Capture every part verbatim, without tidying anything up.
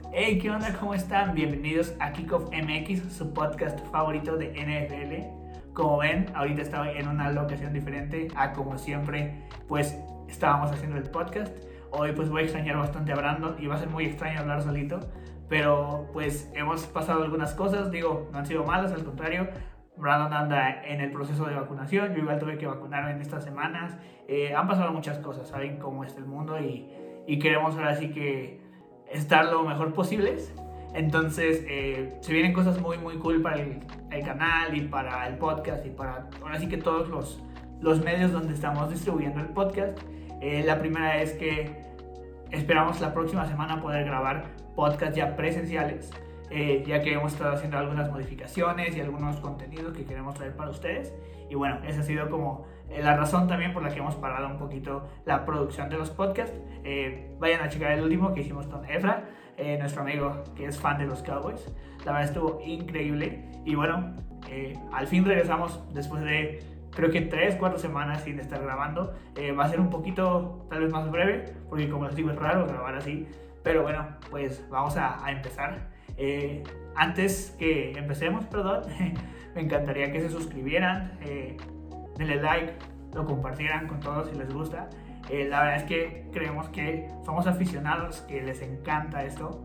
Hey, ¿qué onda? ¿Cómo están? Bienvenidos a Kickoff M X, su podcast favorito de N F L. Como ven, ahorita estoy en una locación diferente a como siempre, pues estábamos haciendo el podcast. Hoy pues voy a extrañar bastante a Brandon y va a ser muy extraño hablar solito, pero pues hemos pasado algunas cosas, digo, no han sido malas, al contrario. Brandon anda en el proceso de vacunación, yo igual tuve que vacunarme en estas semanas. Eh, han pasado muchas cosas, saben cómo es el mundo y, y queremos ahora sí que estar lo mejor posibles. Entonces eh, se vienen cosas muy muy cool para el, el canal y para el podcast y para ahora sí que todos los, los medios donde estamos distribuyendo el podcast. Eh, la primera es que esperamos la próxima semana poder grabar podcasts ya presenciales, eh, ya que hemos estado haciendo algunas modificaciones y algunos contenidos que queremos traer para ustedes. Y bueno, esa ha sido como la razón también por la que hemos parado un poquito la producción de los podcasts. Eh, vayan a checar el último que hicimos con Efra, eh, nuestro amigo que es fan de los Cowboys. La verdad estuvo increíble. Y bueno, eh, al fin regresamos después de creo que tres, cuatro semanas sin estar grabando. Eh, va a ser un poquito tal vez más breve, porque como les digo es raro grabar así. Pero bueno, pues vamos a, a empezar. Eh, antes que empecemos, perdón, me encantaría que se suscribieran, eh, denle like, lo compartieran con todos si les gusta. Eh, la verdad es que creemos que somos aficionados, que les encanta esto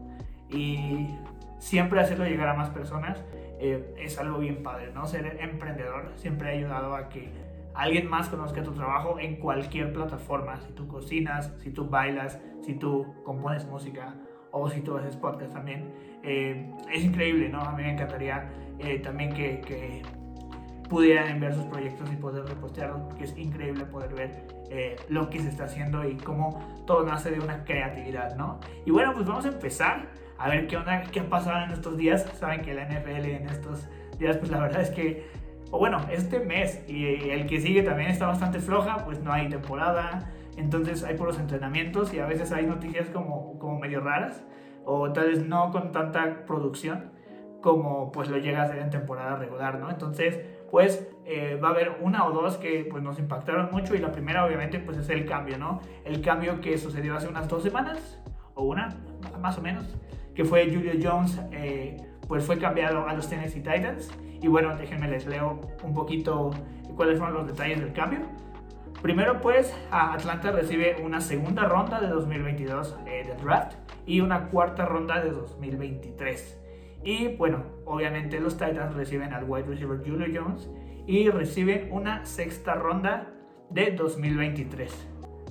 y siempre hacerlo llegar a más personas eh, es algo bien padre, ¿no? Ser emprendedor siempre ha ayudado a que alguien más conozca tu trabajo en cualquier plataforma. Si tú cocinas, si tú bailas, si tú compones música o si tú haces podcast también. Eh, es increíble, ¿no? A mí me encantaría eh, también que, que pudieran enviar sus proyectos y poder repostearlos, porque es increíble poder ver eh, lo que se está haciendo y cómo todo nace de una creatividad, ¿no? Y bueno, pues vamos a empezar a ver qué onda, qué ha pasado en estos días. Saben que la N F L en estos días, pues la verdad es que, o bueno, este mes y el que sigue también está bastante floja, pues no hay temporada, entonces hay puros entrenamientos y a veces hay noticias como, como medio raras, o tal vez no con tanta producción como pues lo llega a ser en temporada regular, ¿no? Entonces, pues eh, va a haber una o dos que pues nos impactaron mucho, y la primera obviamente pues es el cambio, ¿no? El cambio que sucedió hace unas dos semanas, o una, más o menos, que fue Julio Jones, eh, pues fue cambiado a los Tennessee Titans. Y bueno, déjenme les leo un poquito cuáles fueron los detalles del cambio. Primero pues Atlanta recibe una segunda ronda de dos mil veintidós eh, del draft y una cuarta ronda de dos mil veintitrés. Y bueno, obviamente los Titans reciben al wide receiver Julio Jones y reciben una sexta ronda de dos mil veintitrés.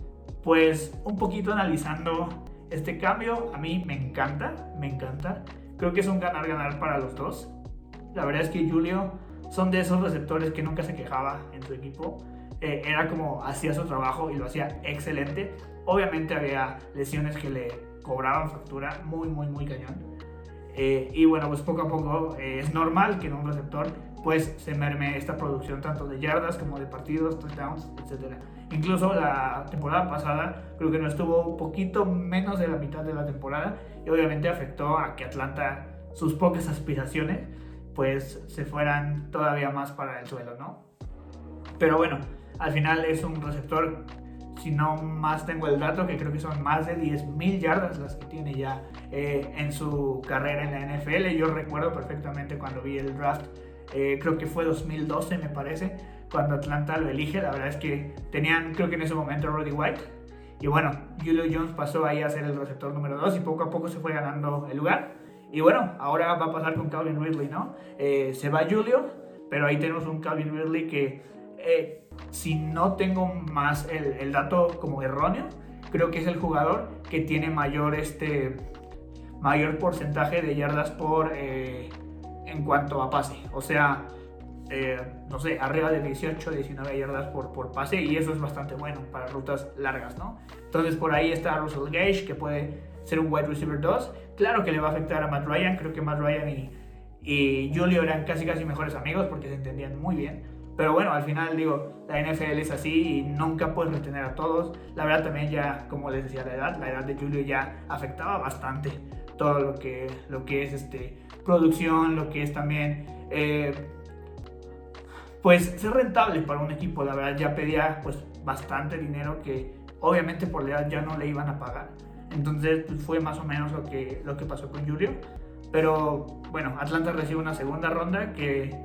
Pues un poquito analizando este cambio, a mí me encanta, me encanta. Creo que es un ganar-ganar para los dos. La verdad es que Julio son de esos receptores que nunca se quejaba en su equipo. Eh, era como hacía su trabajo y lo hacía excelente. Obviamente había lesiones que le cobraban factura muy, muy, muy cañón. Eh, y bueno, pues poco a poco eh, es normal que en un receptor pues se merme esta producción tanto de yardas como de partidos, touchdowns, etcétera. Incluso la temporada pasada creo que no estuvo un poquito menos de la mitad de la temporada, y obviamente afectó a que Atlanta, sus pocas aspiraciones, pues se fueran todavía más para el suelo, ¿no? Pero bueno, al final es un receptor, si no más tengo el dato, que creo que son más de diez mil yardas las que tiene ya eh, en su carrera en la N F L. Yo recuerdo perfectamente cuando vi el draft, eh, creo que fue dos mil doce me parece, cuando Atlanta lo elige. La verdad es que tenían, creo que en ese momento, Roddy White. Y bueno, Julio Jones pasó ahí a ser el receptor número dos y poco a poco se fue ganando el lugar. Y bueno, ahora va a pasar con Calvin Ridley, ¿no? Eh, se va Julio, pero ahí tenemos un Calvin Ridley que, eh, si no tengo más el, el dato como erróneo, creo que es el jugador que tiene mayor, este, mayor porcentaje de yardas por, eh, en cuanto a pase. O sea, eh, no sé, arriba de dieciocho, diecinueve yardas por, por pase, y eso es bastante bueno para rutas largas, ¿no? Entonces por ahí está Russell Gage, que puede ser un wide receiver dos. Claro que le va a afectar a Matt Ryan. Creo que Matt Ryan y, y Julio eran casi casi mejores amigos porque se entendían muy bien. Pero bueno, al final digo, la N F L es así y nunca puedes retener a todos. La verdad también ya, como les decía, la edad, la edad de Julio ya afectaba bastante todo lo que, lo que es este, producción, lo que es también eh, pues ser rentable para un equipo. La verdad ya pedía pues bastante dinero que obviamente por la edad ya no le iban a pagar. Entonces pues, fue más o menos lo que, lo que pasó con Julio. Pero bueno, Atlanta recibe una segunda ronda que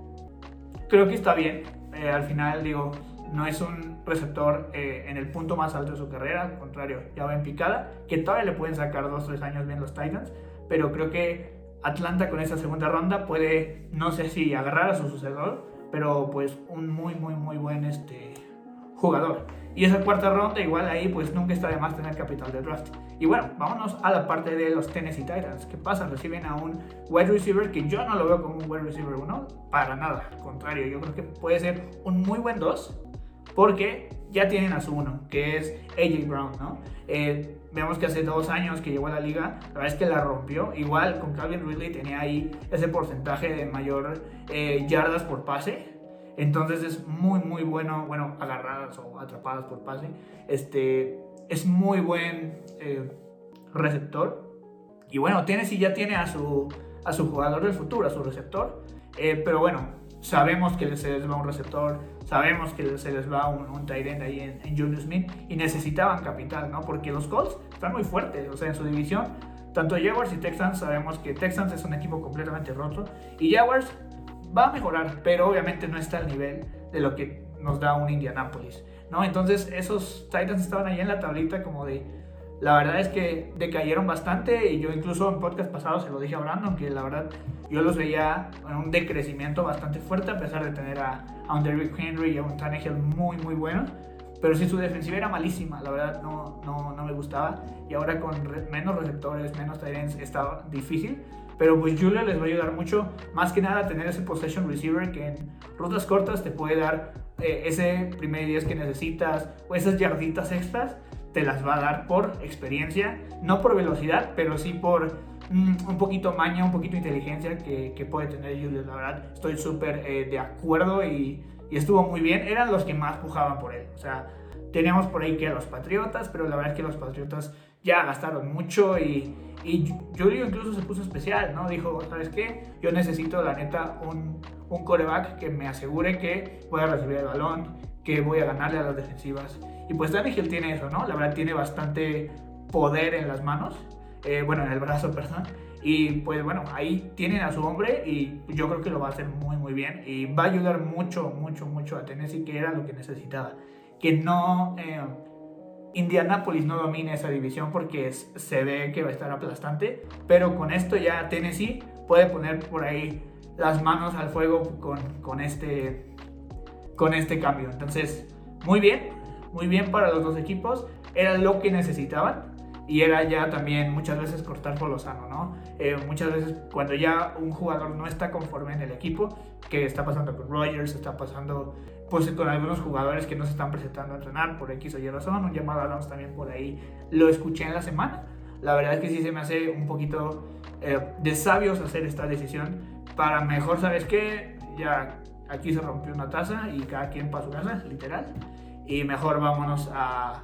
creo que está bien. Eh, al final, digo, no es un receptor eh, en el punto más alto de su carrera, al contrario, ya va en picada, que todavía le pueden sacar dos o tres años bien los Titans, pero creo que Atlanta con esa segunda ronda puede, no sé si agarrar a su sucesor, pero pues un muy, muy, muy buen este, jugador. Y esa cuarta ronda, igual ahí, pues nunca está de más tener capital de draft. Y bueno, vámonos a la parte de los Tennessee Titans. ¿Qué pasa? Reciben a un wide receiver que yo no lo veo como un wide receiver uno, para nada. Al contrario, yo creo que puede ser un muy buen dos, porque ya tienen a su uno, que es A J Brown, ¿no? Eh, vemos que hace dos años que llegó a la liga, la verdad es que la rompió. Igual con Calvin Ridley tenía ahí ese porcentaje de mayor eh, yardas por pase. Entonces es muy muy bueno, bueno, agarradas o atrapadas por pase. Este, es muy buen eh, receptor. Y bueno, Tennessee ya tiene a su, a su jugador del futuro, a su receptor. Eh, pero bueno, sabemos que se les va un receptor, sabemos que se les va un, un tight end ahí en, en Julius Smith. Y necesitaban capital, ¿no? Porque los Colts están muy fuertes, o sea, en su división. Tanto Jaguars y Texans, sabemos que Texans es un equipo completamente roto. Y Jaguars va a mejorar, pero obviamente no está al nivel de lo que nos da un Indianapolis, ¿no? Entonces esos Titans estaban ahí en la tablita como de... La verdad es que decayeron bastante y yo incluso en podcast pasado se lo dije a Brandon, que la verdad yo los veía en un decrecimiento bastante fuerte a pesar de tener a, a un Derrick Henry y a un Tannehill muy muy buenos. Pero sí, su defensiva era malísima, la verdad no, no, no me gustaba. Y ahora con re- menos receptores, menos tight ends, está difícil. Pero pues Julio les va a ayudar mucho, más que nada a tener ese possession receiver que en rutas cortas te puede dar eh, ese primer diez que necesitas o esas yarditas extras, te las va a dar por experiencia, no por velocidad, pero sí por mm, un poquito maña, un poquito inteligencia que, que puede tener Julio. La verdad estoy súper eh, de acuerdo y, y estuvo muy bien. Eran los que más pujaban por él, o sea, teníamos por ahí que a los Patriotas, pero la verdad es que los Patriotas ya gastaron mucho y, y Julio incluso se puso especial, ¿no? Dijo, ¿sabes qué? Yo necesito, la neta, un, un quarterback que me asegure que voy a recibir el balón, que voy a ganarle a las defensivas. Y pues Tannehill tiene eso, ¿no? La verdad tiene bastante poder en las manos, eh, bueno, en el brazo, perdón. Y pues bueno, ahí tienen a su hombre y yo creo que lo va a hacer muy muy bien. Y va a ayudar mucho, mucho, mucho a Tennessee, que era lo que necesitaba. Que no... Eh, Indianapolis no domina esa división porque es, se ve que va a estar aplastante, pero con esto ya Tennessee puede poner por ahí las manos al fuego con, con, este, con este cambio. Entonces, muy bien, muy bien para los dos equipos, era lo que necesitaban y era ya también muchas veces cortar por lo sano, ¿no? Eh, muchas veces cuando ya un jugador no está conforme en el equipo, que está pasando con Rodgers, está pasando pues con algunos jugadores que no se están presentando a entrenar por X o Y razón, un llamado a Adams también por ahí lo escuché en la semana. La verdad es que sí se me hace un poquito eh, de sabios hacer esta decisión para mejor, ¿sabes qué? Ya aquí se rompió una taza y cada quien para su casa, literal, y mejor vámonos a,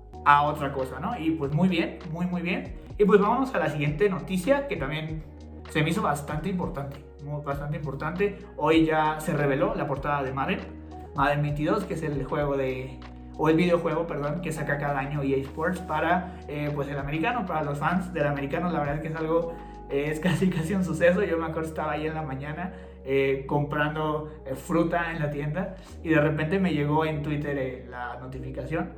a otra cosa, ¿no? Y pues muy bien, muy muy bien. Y pues vámonos a la siguiente noticia que también se me hizo bastante importante, muy, bastante importante. Hoy ya se reveló la portada de Madden. Madden veintidós, que es el juego de, o el videojuego, perdón, que saca cada año E A Sports para eh, pues el americano, para los fans del americano. La verdad es que es algo, eh, es casi casi un suceso. Yo me acuerdo estaba ahí en la mañana eh, comprando eh, fruta en la tienda y de repente me llegó en Twitter eh, la notificación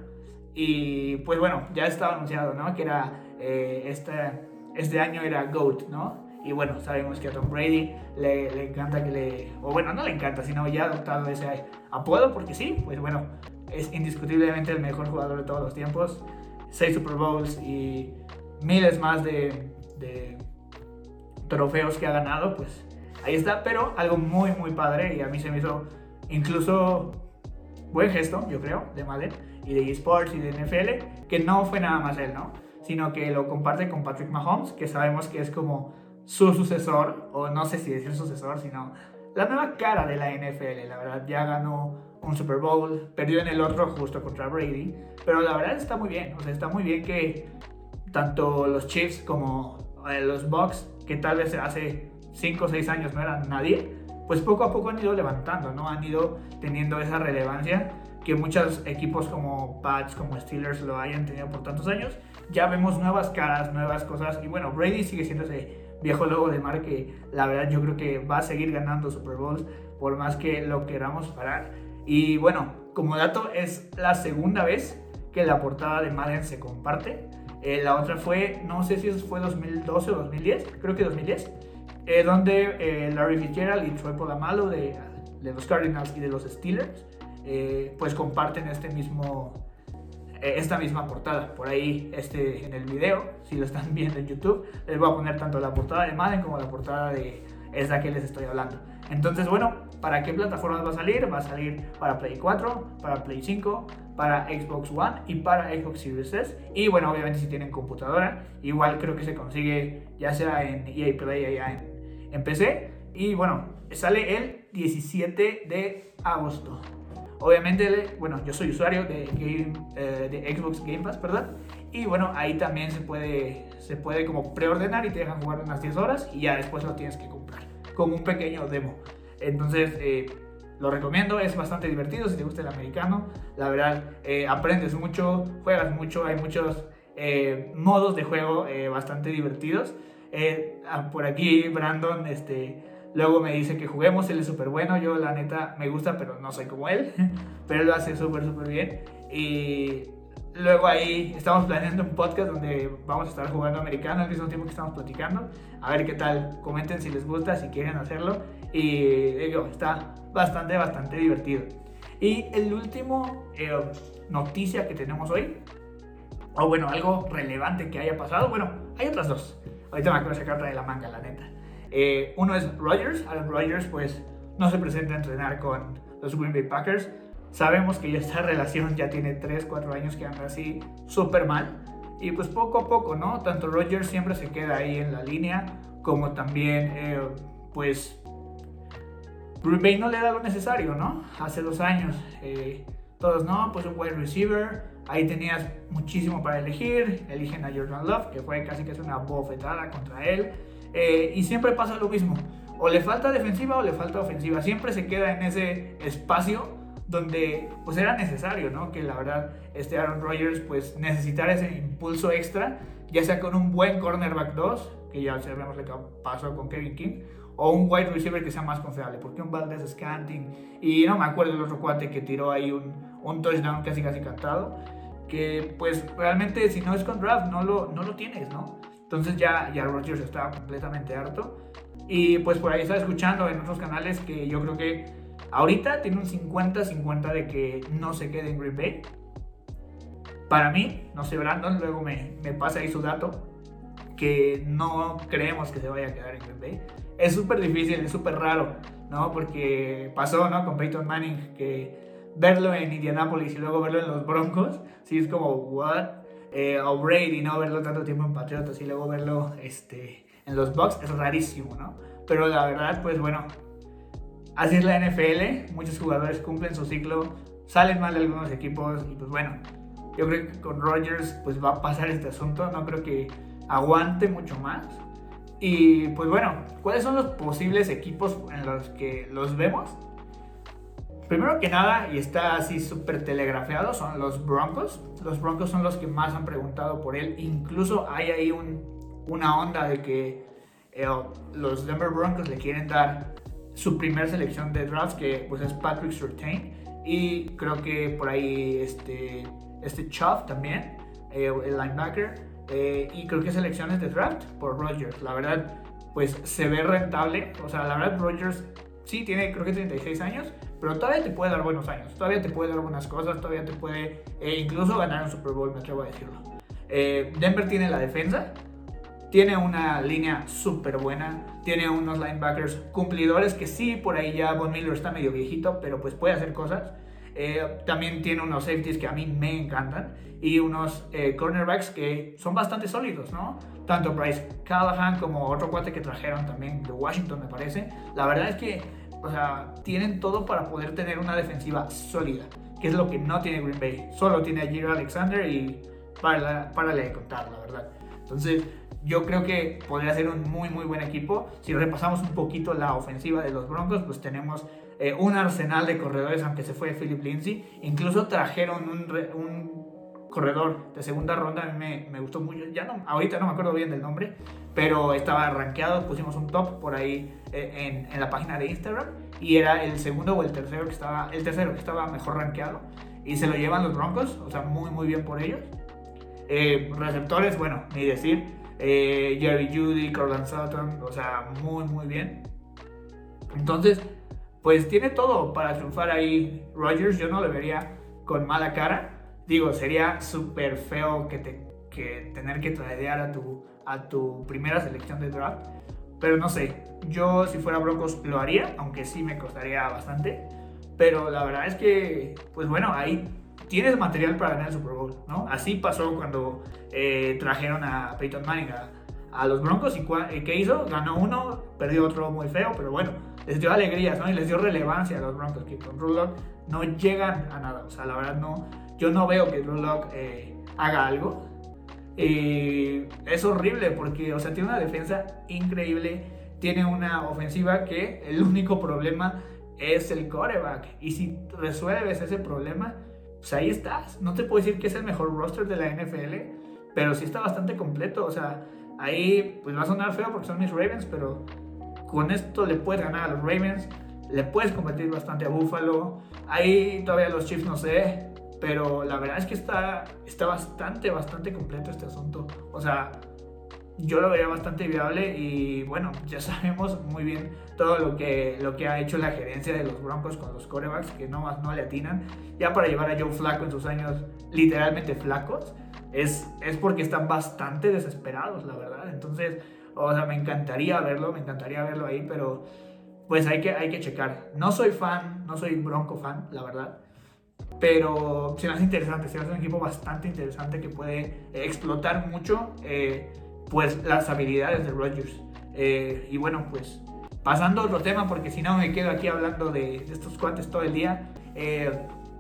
y pues bueno, ya estaba anunciado, ¿no? Que era, eh, este, este año era GOAT, ¿no? Y bueno, sabemos que a Tom Brady le, le encanta que le... O bueno, no le encanta, sino ya ha adoptado ese apodo porque sí, pues bueno, es indiscutiblemente el mejor jugador de todos los tiempos. Seis Super Bowls y miles más de, de trofeos que ha ganado, pues ahí está. Pero algo muy, muy padre y a mí se me hizo incluso buen gesto, yo creo, de Madden y de eSports y de N F L, que no fue nada más él, ¿no? Sino que lo comparte con Patrick Mahomes, que sabemos que es como su sucesor, o no sé si decir sucesor, sino la nueva cara de la N F L. La verdad, ya ganó un Super Bowl, perdió en el otro justo contra Brady, pero la verdad está muy bien, o sea, está muy bien que tanto los Chiefs como eh, los Bucks, que tal vez hace cinco o seis años no eran nadie, pues poco a poco han ido levantando, ¿no? Han ido teniendo esa relevancia que muchos equipos como Pats, como Steelers lo hayan tenido por tantos años. Ya vemos nuevas caras, nuevas cosas. Y bueno, Brady sigue siendo ese viejo lobo de mar que la verdad yo creo que va a seguir ganando Super Bowls por más que lo queramos parar. Y bueno, como dato, es la segunda vez que la portada de Madden se comparte. Eh, la otra fue, no sé si fue dos mil doce o dos mil diez, creo que dos mil diez, eh, donde eh, Larry Fitzgerald y Troy Polamalu de, de los Cardinals y de los Steelers eh, pues comparten este mismo, eh, esta misma portada. Por ahí este, en el video, si lo están viendo en YouTube, les voy a poner tanto la portada de Madden como la portada de esta que les estoy hablando. Entonces, bueno, ¿para qué plataformas va a salir? Va a salir para Play cuatro, para Play cinco, para Xbox One y para Xbox Series S. Y bueno, obviamente si tienen computadora, igual creo que se consigue ya sea en E A Play allá en, en P C. Y bueno, sale el diecisiete de agosto. Obviamente, bueno, yo soy usuario de, Game, eh, de Xbox Game Pass, ¿verdad? Y bueno, ahí también se puede, se puede como preordenar y te dejan jugar unas diez horas y ya después lo tienes que comprar como un pequeño demo. Entonces, eh, lo recomiendo, es bastante divertido si te gusta el americano. La verdad, eh, aprendes mucho, juegas mucho, hay muchos eh, modos de juego eh, bastante divertidos. Eh, por aquí Brandon, este... luego me dice que juguemos, él es súper bueno, yo la neta me gusta, pero no soy como él, pero él lo hace súper súper bien. Y luego ahí estamos planeando un podcast donde vamos a estar jugando americano al mismo tiempo que estamos platicando. A ver qué tal, comenten si les gusta, si quieren hacerlo. Y digo, está bastante, bastante divertido. Y el último eh, noticia que tenemos hoy, o bueno, algo relevante que haya pasado, bueno, hay otras dos. Ahorita me acuerdo de sacar otra de la manga, la neta. Eh, uno es Rodgers. Aaron Rodgers pues no se presenta a entrenar con los Green Bay Packers. Sabemos que ya esta relación ya tiene tres, cuatro años que anda así súper mal. Y pues poco a poco, ¿no? Tanto Rodgers siempre se queda ahí en la línea, como también eh, pues Green Bay no le da lo necesario, ¿no? Hace dos años eh, todos, no, pues un wide receiver, ahí tenías muchísimo para elegir, eligen a Jordan Love, que fue casi que es una bofetada contra él. Eh, y siempre pasa lo mismo, o le falta defensiva o le falta ofensiva, siempre se queda en ese espacio donde pues era necesario, ¿no? Que la verdad este Aaron Rodgers pues necesitara ese impulso extra, ya sea con un buen cornerback dos, que ya sabemos lo que pasó con Kevin King, o un wide receiver que sea más confiable, porque un Valdez Scantling, y no me acuerdo del otro cuate que tiró ahí un, un touchdown casi casi cantado, que pues realmente si no es con draft no lo, no lo tienes, ¿no? Entonces ya, ya Rodgers estaba completamente harto. Y pues por ahí estaba escuchando en otros canales que yo creo que ahorita tiene un cincuenta cincuenta de que no se quede en Green Bay. Para mí, no sé, Brandon luego me, me pasa ahí su dato, que no creemos que se vaya a quedar en Green Bay. Es súper difícil, es súper raro, ¿no? Porque pasó, ¿no? Con Peyton Manning, que verlo en Indianapolis y luego verlo en los Broncos, sí es como, ¿what? Eh, o Brady, no verlo tanto tiempo en Patriotas y luego verlo este, en los Bucks, es rarísimo, ¿no? Pero la verdad, pues bueno, así es la N F L, muchos jugadores cumplen su ciclo, salen mal de algunos equipos y pues bueno, yo creo que con Rodgers pues va a pasar este asunto, no creo que aguante mucho más. Y pues bueno, ¿cuáles son los posibles equipos en los que los vemos? Primero que nada, y está así súper telegrafiado, son los Broncos. Los Broncos son los que más han preguntado por él. Incluso hay ahí un, una onda de que eh, los Denver Broncos le quieren dar su primer selección de draft, que pues es Patrick Surtain. Y creo que por ahí este, este Chubb también, eh, el linebacker. Eh, y creo que selecciones de draft por Rodgers. La verdad, pues se ve rentable. O sea, la verdad, Rodgers sí tiene creo que treinta y seis años, pero todavía te puede dar buenos años, todavía te puede dar buenas cosas, todavía te puede eh, incluso ganar un Super Bowl, me atrevo a decirlo. Eh, Denver tiene la defensa, tiene una línea súper buena, tiene unos linebackers cumplidores que sí, por ahí ya Von Miller está medio viejito, pero pues puede hacer cosas. Eh, también tiene unos safeties que a mí me encantan y unos eh, cornerbacks que son bastante sólidos, ¿no? Tanto Bryce Callahan como otro cuate que trajeron también de Washington, me parece. La verdad es que, o sea, tienen todo para poder tener una defensiva sólida, que es lo que no tiene Green Bay. Solo tiene a Jaire Alexander y para, para de contar, la verdad. Entonces, yo creo que podría ser un muy, muy buen equipo. Si repasamos un poquito la ofensiva de los Broncos, pues tenemos eh, un arsenal de corredores, aunque se fue Philip Lindsay. Incluso trajeron un, un corredor de segunda ronda, a mí me, me gustó mucho, ya no, ahorita no me acuerdo bien del nombre, pero estaba rankeado, pusimos un top por ahí eh, en, en la página de Instagram, y era el segundo o el tercero que estaba, el tercero que estaba mejor rankeado, y se lo llevan los Broncos, o sea, muy muy bien por ellos. Eh, receptores, bueno, ni decir, eh, Jerry Jeudy, Courtland Sutton, o sea, muy muy bien. Entonces, pues tiene todo para triunfar ahí Rodgers. Yo no le vería con mala cara. Digo, sería súper feo que, te, que tener que tradear a tu, a tu primera selección de draft. Pero no sé, yo si fuera Broncos lo haría, aunque sí me costaría bastante. Pero la verdad es que, pues bueno, ahí tienes material para ganar el Super Bowl, ¿no? Así pasó cuando eh, trajeron a Peyton Manning a, a los Broncos. ¿Y qué hizo? Ganó uno, perdió otro muy feo, pero bueno, les dio alegrías, ¿no? Y les dio relevancia a los Broncos, que con Drew Lock no llegan a nada. O sea, la verdad no, yo no veo que Drew Lock eh, haga algo. Eh, es horrible porque, o sea, tiene una defensa increíble, tiene una ofensiva que el único problema es el quarterback. Y si resuelves ese problema, pues ahí estás. No te puedo decir que es el mejor roster de la N F L, pero sí está bastante completo. O sea, ahí pues va a sonar feo porque son mis Ravens, pero con esto le puedes ganar a los Ravens, le puedes competir bastante a Buffalo. Ahí todavía los Chiefs no sé, pero la verdad es que está, está bastante, bastante completo este asunto. O sea, yo lo vería bastante viable y bueno, ya sabemos muy bien todo lo que, lo que ha hecho la gerencia de los Broncos con los quarterbacks, que no, no le atinan. Ya para llevar a Joe Flacco en sus años literalmente flacos, es, es porque están bastante desesperados, la verdad. Entonces, o sea, me encantaría verlo, me encantaría verlo ahí, pero pues hay que, hay que checar. No soy fan, no soy Bronco fan, la verdad, pero se me hace interesante, se me hace un equipo bastante interesante que puede explotar mucho eh, pues las habilidades de Rodgers. Eh, y bueno, pues pasando a otro tema, porque si no me quedo aquí hablando de, de estos cuates todo el día. Eh,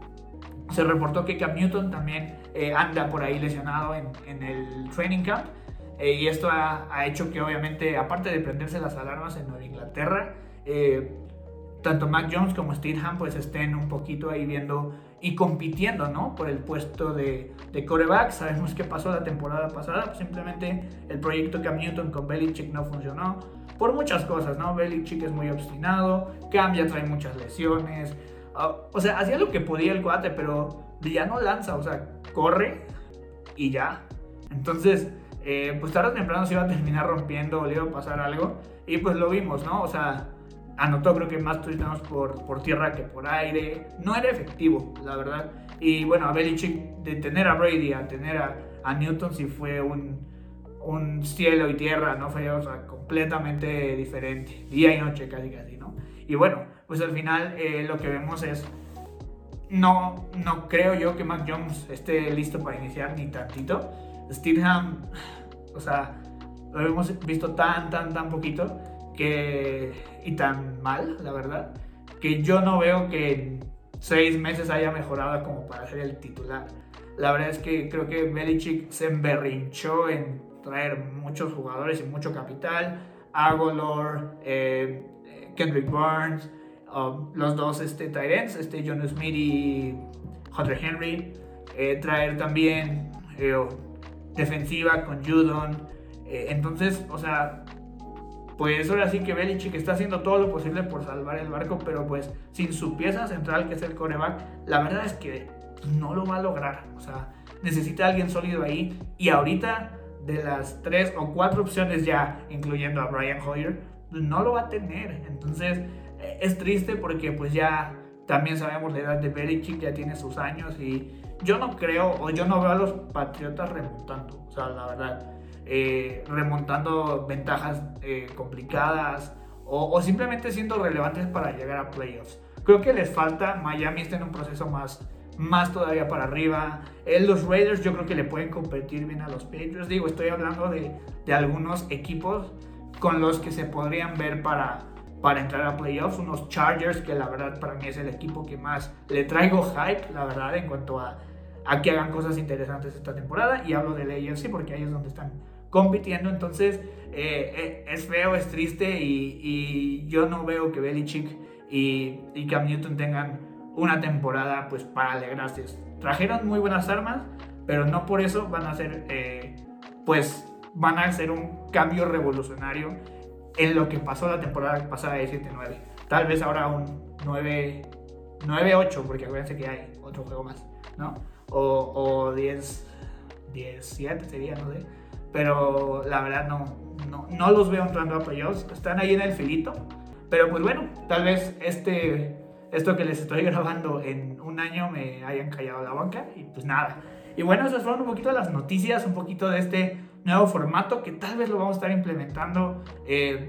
se reportó que Cam Newton también eh, anda por ahí lesionado en, en el training camp. Eh, y esto ha, ha hecho que obviamente, aparte de prenderse las alarmas en Nueva Inglaterra, eh, tanto Mac Jones como Stidham pues estén un poquito ahí viendo y compitiendo, ¿no? Por el puesto de, de quarterback. Sabemos qué pasó la temporada pasada, pues simplemente el proyecto Cam Newton con Belichick no funcionó por muchas cosas, ¿no? Belichick es muy obstinado, Cam ya trae muchas lesiones, uh, o sea, hacía lo que podía el cuate, pero ya no lanza, o sea, corre y ya. Entonces, eh, pues tarde o temprano se iba a terminar rompiendo o le iba a pasar algo, y pues lo vimos, ¿no? O sea, anotó creo que más touchdowns por, por tierra que por aire. No era efectivo, la verdad. Y bueno, a Belichick, de tener a Brady a tener a, a Newton, sí fue un, un cielo y tierra, ¿no? Fue, o sea, completamente diferente. Día y noche casi casi, ¿no? Y bueno, pues al final eh, lo que vemos es... No, no creo yo que Mac Jones esté listo para iniciar ni tantito. Stidham, o sea, lo hemos visto tan, tan, tan poquito que, y tan mal, la verdad, que yo no veo que en seis meses haya mejorado como para ser el titular. La verdad es que creo que Belichick se emberrinchó en traer muchos jugadores y mucho capital. Agholor, eh, Kendrick Burns, um, los dos este, tight ends, este, John Smith y Hunter Henry. Eh, traer también eh, defensiva con Judon. Eh, entonces, o sea... Pues ahora sí que Belichick está haciendo todo lo posible por salvar el barco, pero pues sin su pieza central, que es el quarterback, la verdad es que no lo va a lograr. O sea, necesita a alguien sólido ahí, y ahorita de las tres o cuatro opciones ya, incluyendo a Brian Hoyer, no lo va a tener. Entonces es triste porque pues ya también sabemos la edad de Belichick, ya tiene sus años, y yo no creo, o yo no veo a los Patriotas remontando, o sea, la verdad. Eh, remontando ventajas eh, complicadas o, o simplemente siendo relevantes para llegar a playoffs. Creo que les falta. Miami está en un proceso más, más todavía para arriba. Eh, los Raiders yo creo que le pueden competir bien a los Patriots. Digo, estoy hablando de, de algunos equipos con los que se podrían ver para, para entrar a playoffs. Unos Chargers, que la verdad para mí es el equipo que más le traigo hype, la verdad, en cuanto a, a que hagan cosas interesantes esta temporada. Y hablo del A F C porque ahí es donde están compitiendo. Entonces eh, es feo, es triste, y, y yo no veo que Belichick y, y Cam Newton tengan una temporada pues para alegrarse. Trajeron muy buenas armas, pero no por eso van a ser eh, pues van a hacer un cambio revolucionario en lo que pasó la temporada pasada de siete nueve. Tal vez ahora un nueve ocho, porque acuérdense que hay otro juego más, ¿no? O, o diez siete sería, no sé. Pero la verdad no, no, no los veo entrando a playoffs. Están ahí en el filito. Pero pues bueno, tal vez este, esto que les estoy grabando en un año me hayan callado la boca. Y pues nada. Y bueno, esas fueron un poquito de las noticias, un poquito de este nuevo formato que tal vez lo vamos a estar implementando. Eh,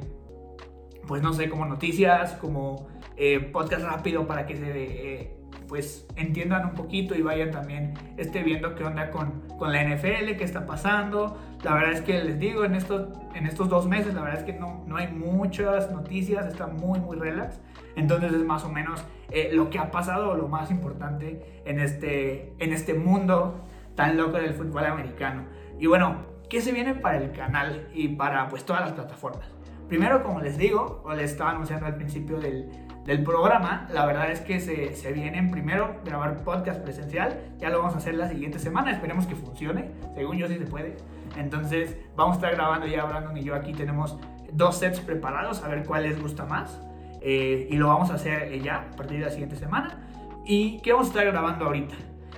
pues no sé, como noticias, como eh, podcast rápido para que se eh, pues entiendan un poquito y vayan también este, viendo qué onda con, con la N F L, qué está pasando. La verdad es que les digo, en estos, en estos dos meses, la verdad es que no, no hay muchas noticias, está muy, muy relax. Entonces es más o menos eh, lo que ha pasado, lo más importante en este, en este mundo tan loco del fútbol americano. Y bueno, ¿qué se viene para el canal y para pues todas las plataformas? Primero, como les digo, o les estaba anunciando al principio del, del programa, la verdad es que se, se vienen primero grabar podcast presencial. Ya lo vamos a hacer la siguiente semana, esperemos que funcione, según yo sí se puede. Entonces vamos a estar grabando ya, Brandon y yo aquí tenemos dos sets preparados, a ver cuál les gusta más. Eh, y lo vamos a hacer eh, ya a partir de la siguiente semana. ¿Y qué vamos a estar grabando ahorita?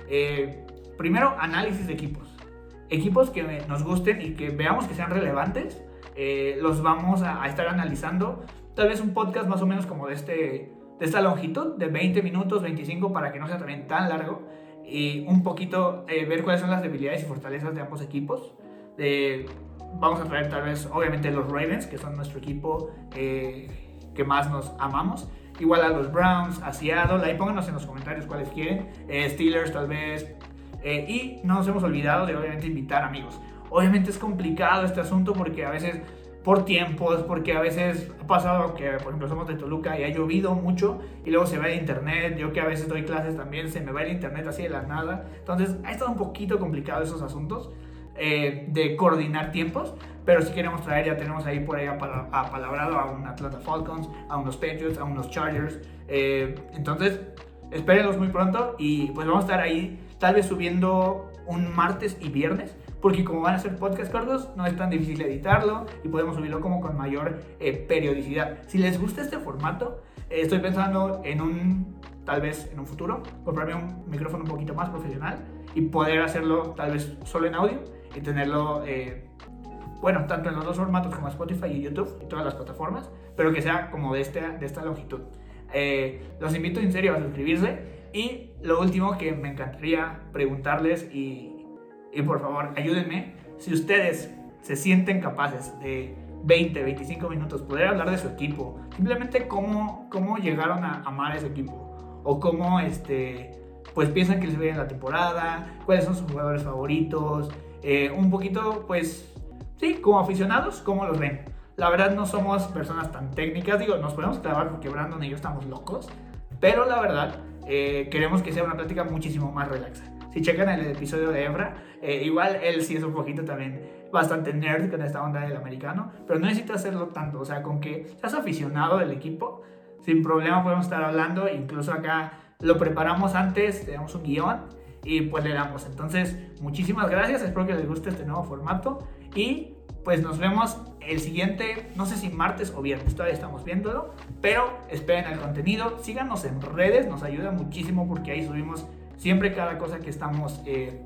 Eh, primero, análisis de equipos. Equipos que nos gusten y que veamos que sean relevantes. Eh, los vamos a, a estar analizando. Tal vez un podcast más o menos como de, este, de esta longitud, de veinte minutos, veinticinco, para que no sea también tan largo. Y un poquito eh, ver cuáles son las debilidades y fortalezas de ambos equipos. Eh, vamos a traer tal vez, obviamente, los Ravens, que son nuestro equipo eh, que más nos amamos. Igual a los Browns, a Seattle. Ahí pónganos en los comentarios cuáles quieren. Eh, Steelers tal vez. Eh, y no nos hemos olvidado de, obviamente, invitar amigos. Obviamente es complicado este asunto porque a veces por tiempos, porque a veces ha pasado que, por ejemplo, somos de Toluca y ha llovido mucho y luego se va el internet. Yo que a veces doy clases también, se me va el internet así de la nada. Entonces ha estado un poquito complicado esos asuntos eh, de coordinar tiempos, pero si queremos traer, ya tenemos ahí por ahí apalabrado a un Atlanta Falcons, a unos Patriots, a unos Chargers. Eh, entonces, espérenlos muy pronto y pues vamos a estar ahí tal vez subiendo un martes y viernes. Porque como van a ser podcast cortos, no es tan difícil editarlo y podemos subirlo como con mayor eh, periodicidad. Si les gusta este formato, eh, estoy pensando en un, tal vez en un futuro, comprarme un micrófono un poquito más profesional y poder hacerlo tal vez solo en audio y tenerlo, eh, bueno, tanto en los dos formatos como Spotify y YouTube y todas las plataformas, pero que sea como de, este, de esta longitud. Eh, los invito en serio a suscribirse y lo último que me encantaría preguntarles y Y por favor, ayúdenme, si ustedes se sienten capaces de veinte, veinticinco minutos poder hablar de su equipo, simplemente cómo, cómo llegaron a amar ese equipo, o cómo este, pues piensan que les ve en la temporada, cuáles son sus jugadores favoritos, eh, un poquito, pues, sí, como aficionados, cómo los ven. La verdad no somos personas tan técnicas, digo, nos podemos clavar porque Brandon y yo estamos locos, pero la verdad eh, queremos que sea una plática muchísimo más relaxa. Si checan el episodio de Ebra, eh, igual él sí es un poquito también bastante nerd con esta onda del americano, pero no necesita hacerlo tanto, o sea, con que seas aficionado del equipo, sin problema podemos estar hablando, incluso acá lo preparamos antes, tenemos un guión y pues le damos. Entonces, muchísimas gracias, espero que les guste este nuevo formato y pues nos vemos el siguiente, no sé si martes o viernes, todavía estamos viéndolo, pero esperen el contenido, síganos en redes, nos ayuda muchísimo porque ahí subimos siempre cada cosa que estamos eh,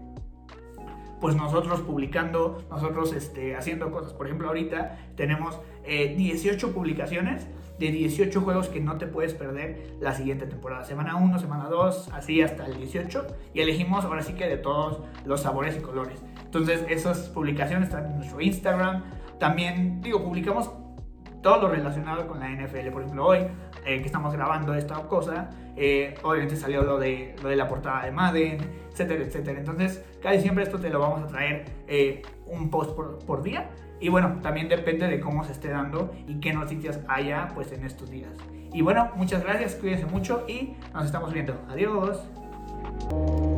pues nosotros publicando, nosotros este, haciendo cosas. Por ejemplo, ahorita tenemos eh, dieciocho publicaciones de dieciocho juegos que no te puedes perder la siguiente temporada. Semana uno, semana dos, así hasta el dieciocho. Y elegimos ahora sí que de todos los sabores y colores. Entonces esas publicaciones están en nuestro Instagram. También, digo, publicamos todo lo relacionado con la N F L. Por ejemplo, hoy eh, que estamos grabando esta cosa, eh, obviamente salió lo de, lo de la portada de Madden, etcétera, etcétera. Entonces, casi siempre esto te lo vamos a traer eh, un post por, por día. Y bueno, también depende de cómo se esté dando y qué noticias haya pues en estos días. Y bueno, muchas gracias, cuídense mucho y nos estamos viendo. Adiós.